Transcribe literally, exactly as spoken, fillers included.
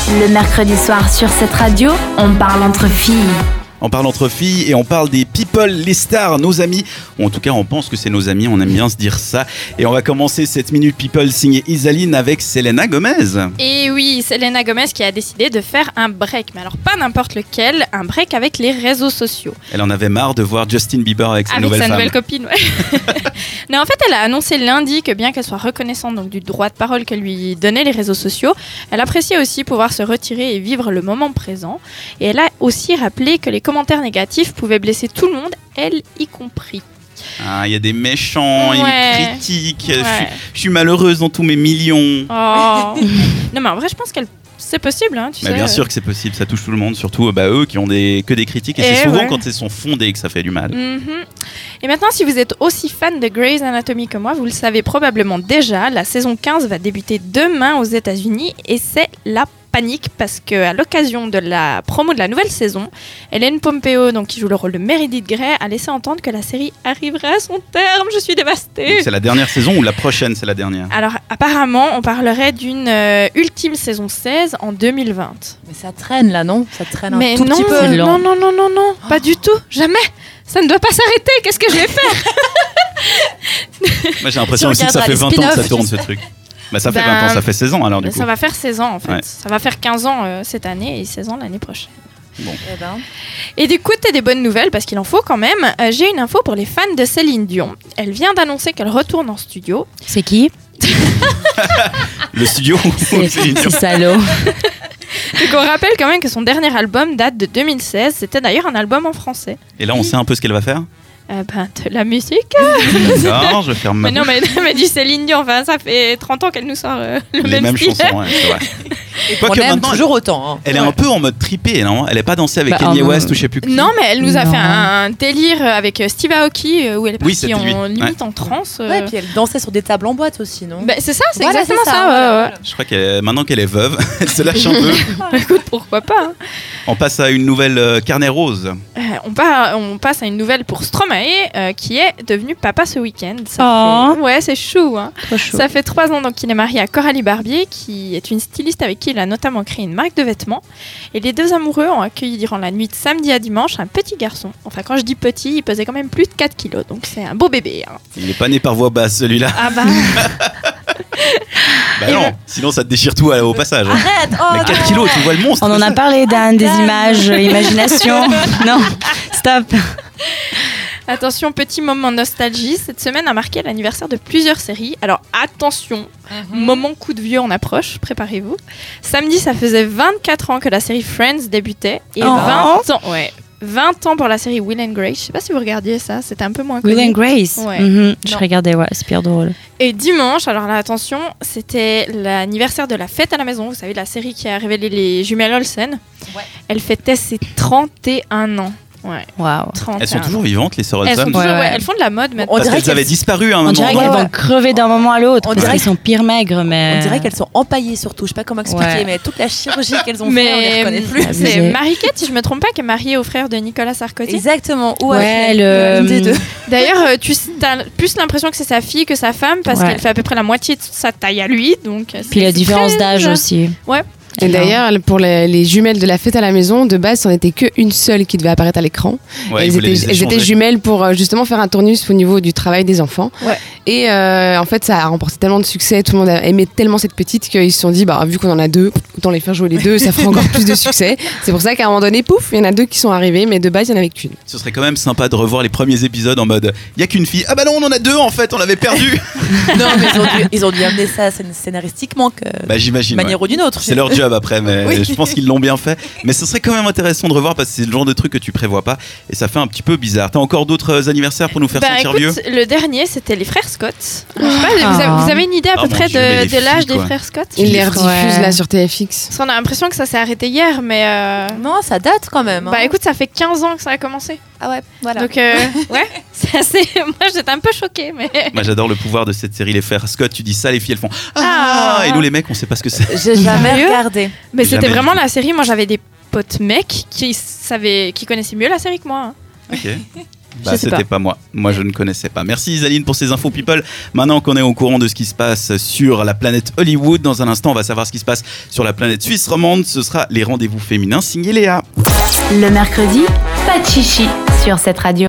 Le mercredi soir sur cette radio, on parle entre filles. On parle entre filles et on parle des people, les stars, nos amis. Ou en tout cas, on pense que c'est nos amis, on aime bien se dire ça. Et on va commencer cette minute people signée Isaline avec Selena Gomez. Et oui, Selena Gomez qui a décidé de faire un break. Mais alors pas n'importe lequel, un break avec les réseaux sociaux. Elle en avait marre de voir Justin Bieber avec sa avec nouvelle sa femme. nouvelle copine, ouais. Mais en fait, elle a annoncé lundi que bien qu'elle soit reconnaissante donc, du droit de parole que lui donnaient les réseaux sociaux, elle appréciait aussi pouvoir se retirer et vivre le moment présent. Et elle a aussi rappelé que les commentaires négatifs pouvaient blesser tout le monde, elle y compris. Ah, il y a des méchants, ils Ouais. critiquent. Ouais. Je, suis, je suis malheureuse dans tous mes millions. Oh. Non mais en vrai, je pense qu'elle c'est possible, hein, tu Bah, sais. bien sûr que c'est possible, ça touche tout le monde, surtout bah, eux qui ont des, que des critiques. Et, Et c'est souvent ouais. quand elles sont fondées que ça fait du mal. Mhm. Et maintenant, si vous êtes aussi fan de Grey's Anatomy que moi, vous le savez probablement déjà, la saison quinze va débuter demain aux États-Unis et c'est la panique parce qu'à l'occasion de la promo de la nouvelle saison, Hélène Pompeo, donc, qui joue le rôle de Meredith Grey, a laissé entendre que la série arriverait à son terme. Je suis dévastée. Donc, c'est la dernière saison ou la prochaine c'est la dernière? Alors apparemment, on parlerait d'une euh, ultime saison seize en deux mille vingt. Mais ça traîne là, non? Ça traîne un Mais tout non, petit peu. non, non, non, non, non, non, pas du tout, jamais. Ça ne doit pas s'arrêter. Qu'est-ce que je vais faire? Moi j'ai l'impression Tu aussi que ça regarderas fait les vingt ans que ça spin-offs, tourne tu ce sais. truc. Bah ça fait Ben, vingt ans, ça fait seize ans alors du coup. Ça va faire seize ans en fait. Ouais. Ça va faire quinze ans euh, cette année et seize ans l'année prochaine. Bon. Eh ben. Et du coup, t'as des bonnes nouvelles parce qu'il en faut quand même. Euh, j'ai une info pour les fans de Céline Dion. Elle vient d'annoncer qu'elle retourne en studio. C'est qui? Le studio C'est Céline Dion. c'est salaud. Donc on rappelle quand même que son dernier album date de deux mille seize. C'était d'ailleurs un album en français. Et là on sait un peu ce qu'elle va faire. Euh, ben, de la musique. D'accord, je ferme ma Mais non, bouche. mais, mais du Céline Dion, enfin, ça fait trente ans qu'elle nous sort euh, le Les même mêmes style. chansons, ouais, c'est vrai. On Quoique aime maintenant, toujours autant. Hein. elle est Ouais. un peu en mode trippé, non? Elle est pas dansée avec Bah, Kanye euh, West ou je sais plus qui. Non, mais elle nous a Non. fait un délire avec euh, Steve Aoki euh, où elle est Oui, partie c'était en lui. limite en transe. euh. Ouais, et puis elle dansait sur des tables en boîte aussi, non? Bah, c'est ça, c'est Voilà, exactement c'est ça. ça, ouais, voilà. ouais. Je crois que maintenant qu'elle est veuve, elle se lâche un peu. Bah, écoute, pourquoi pas. hein. On passe à une nouvelle euh, carnet rose. Euh, on, part, on passe à une nouvelle pour Stromae euh, qui est devenu papa ce week-end. Ça Oh. fait- Ouais, c'est chou. Hein. Trop chaud. Ça fait trois ans donc qu'il est marié à Coralie Barbier, qui est une styliste avec qui il a notamment créé une marque de vêtements. Et les deux amoureux ont accueilli durant la nuit de samedi à dimanche un petit garçon. Enfin, quand je dis petit, il pesait quand même plus de quatre kilos, donc c'est un beau bébé. Hein. Il n'est pas né par voie basse celui-là. Ah bah, Bah Et non, ben- sinon ça te déchire tout au passage. hein. Arrête! Oh, Mais quatre kilos, tu vois le monstre. On en a parlé, Dan, des images, euh, imagination. Non, stop. attention, petit moment nostalgie. Cette semaine a marqué l'anniversaire de plusieurs séries. Alors attention, moment coup de vieux en approche, préparez-vous. Samedi, ça faisait vingt-quatre ans que la série Friends débutait. Et Oh. vingt ans, ouais. vingt ans pour la série Will and Grace. Je sais pas si vous regardiez ça, c'était un peu moins connu. Will and Grace. Ouais. Mhm, je Non. regardais, ouais, c'est pire drôle. Et dimanche, alors là, attention, c'était l'anniversaire de La Fête à la Maison. Vous savez, la série qui a révélé les jumelles Olsen. Ouais. Elle fêtait ses trente et un ans. Ouais, Waouh. trente et un Elles sont ans. toujours vivantes, les sœurs Elles sont Olsen. toujours, Ouais, ouais, ouais. elles font de la mode maintenant. On Parce dirait qu'elles avaient qu'elles- disparu à un On moment. dirait Ouais, qu'elles ouais. vont crever d'un moment à l'autre. On parce dirait qu'ils sont pire maigres, mais. On dirait qu'elles sont empaillées surtout. Je sais pas comment expliquer, Ouais. mais toute la chirurgie qu'elles ont fait, on Mais les reconnaît plus. Abusé. c'est Mariquette, si je me trompe pas, qui est mariée au frère de Nicolas Sarkozy. Exactement. Ou Ouais, Ashley, le- l'une des deux. D'ailleurs, euh, tu as plus l'impression que c'est sa fille que sa femme parce Ouais. qu'elle fait à peu près la moitié de sa taille à lui. Donc, euh, Puis la c'est différence très- d'âge aussi. Ouais. Et d'ailleurs, pour les, les jumelles de La Fête à la Maison, de base, c'en était qu'une seule qui devait apparaître à l'écran. Ouais, ils elles, voulaient étaient, les elles étaient échanger. jumelles pour euh, justement faire un tournus au niveau du travail des enfants. Ouais. Et euh, en fait, ça a remporté tellement de succès, tout le monde a aimé tellement cette petite qu'ils se sont dit, bah, vu qu'on en a deux, autant les faire jouer les deux, ça fera encore plus de succès. C'est pour ça qu'à un moment donné, pouf, il y en a deux qui sont arrivés, mais de base, il n'y en avait qu'une. Ce serait quand même sympa de revoir les premiers épisodes en mode il y a qu'une fille. Ah bah non, on en a deux en fait, on l'avait perdu. Non, mais ils ont dû, ils ont dû amener ça scén- scénaristiquement que Bah j'imagine. d'une ouais. manière ou d'une autre. C'est leur job après, mais Oui. je pense qu'ils l'ont bien fait. Mais ce serait quand même intéressant de revoir parce que c'est le genre de truc que tu prévois pas et ça fait un petit peu bizarre. T'as encore d'autres euh, anniversaires pour nous faire Bah, sentir écoute, vieux? le dernier, c'était les frères Scott. Je sais pas, vous, avez, vous avez une idée à Ah, peu mon près Dieu, mais de, les de l'âge filles, des quoi. frères Scott? Ils les Ouais. rediffusent là sur T F X. Parce qu'on a l'impression que ça s'est arrêté hier, mais. euh, Non, ça date quand même. hein. Bah écoute, ça fait quinze ans que ça a commencé. ah ouais, voilà. Donc, euh, ouais, c'est assez. Moi, j'étais un peu choquée, mais. Moi j'adore le pouvoir de cette série, les frères Scott. Tu dis ça, les filles elles font Ah. ah, et nous les mecs on sait pas ce que c'est. J'ai jamais Sérieux regardé. Mais Jamais c'était du vraiment tout. la série. Moi, j'avais des potes mecs qui savaient, qui connaissaient mieux la série que moi. hein. Ok. Bah, Je sais c'était pas. pas moi. Moi, je ne connaissais pas. Merci Isaline pour ces infos people. Maintenant qu'on est au courant de ce qui se passe sur la planète Hollywood, dans un instant, on va savoir ce qui se passe sur la planète Suisse romande. Ce sera les rendez-vous féminins signé Léa. Le mercredi, pas de chichi sur cette radio.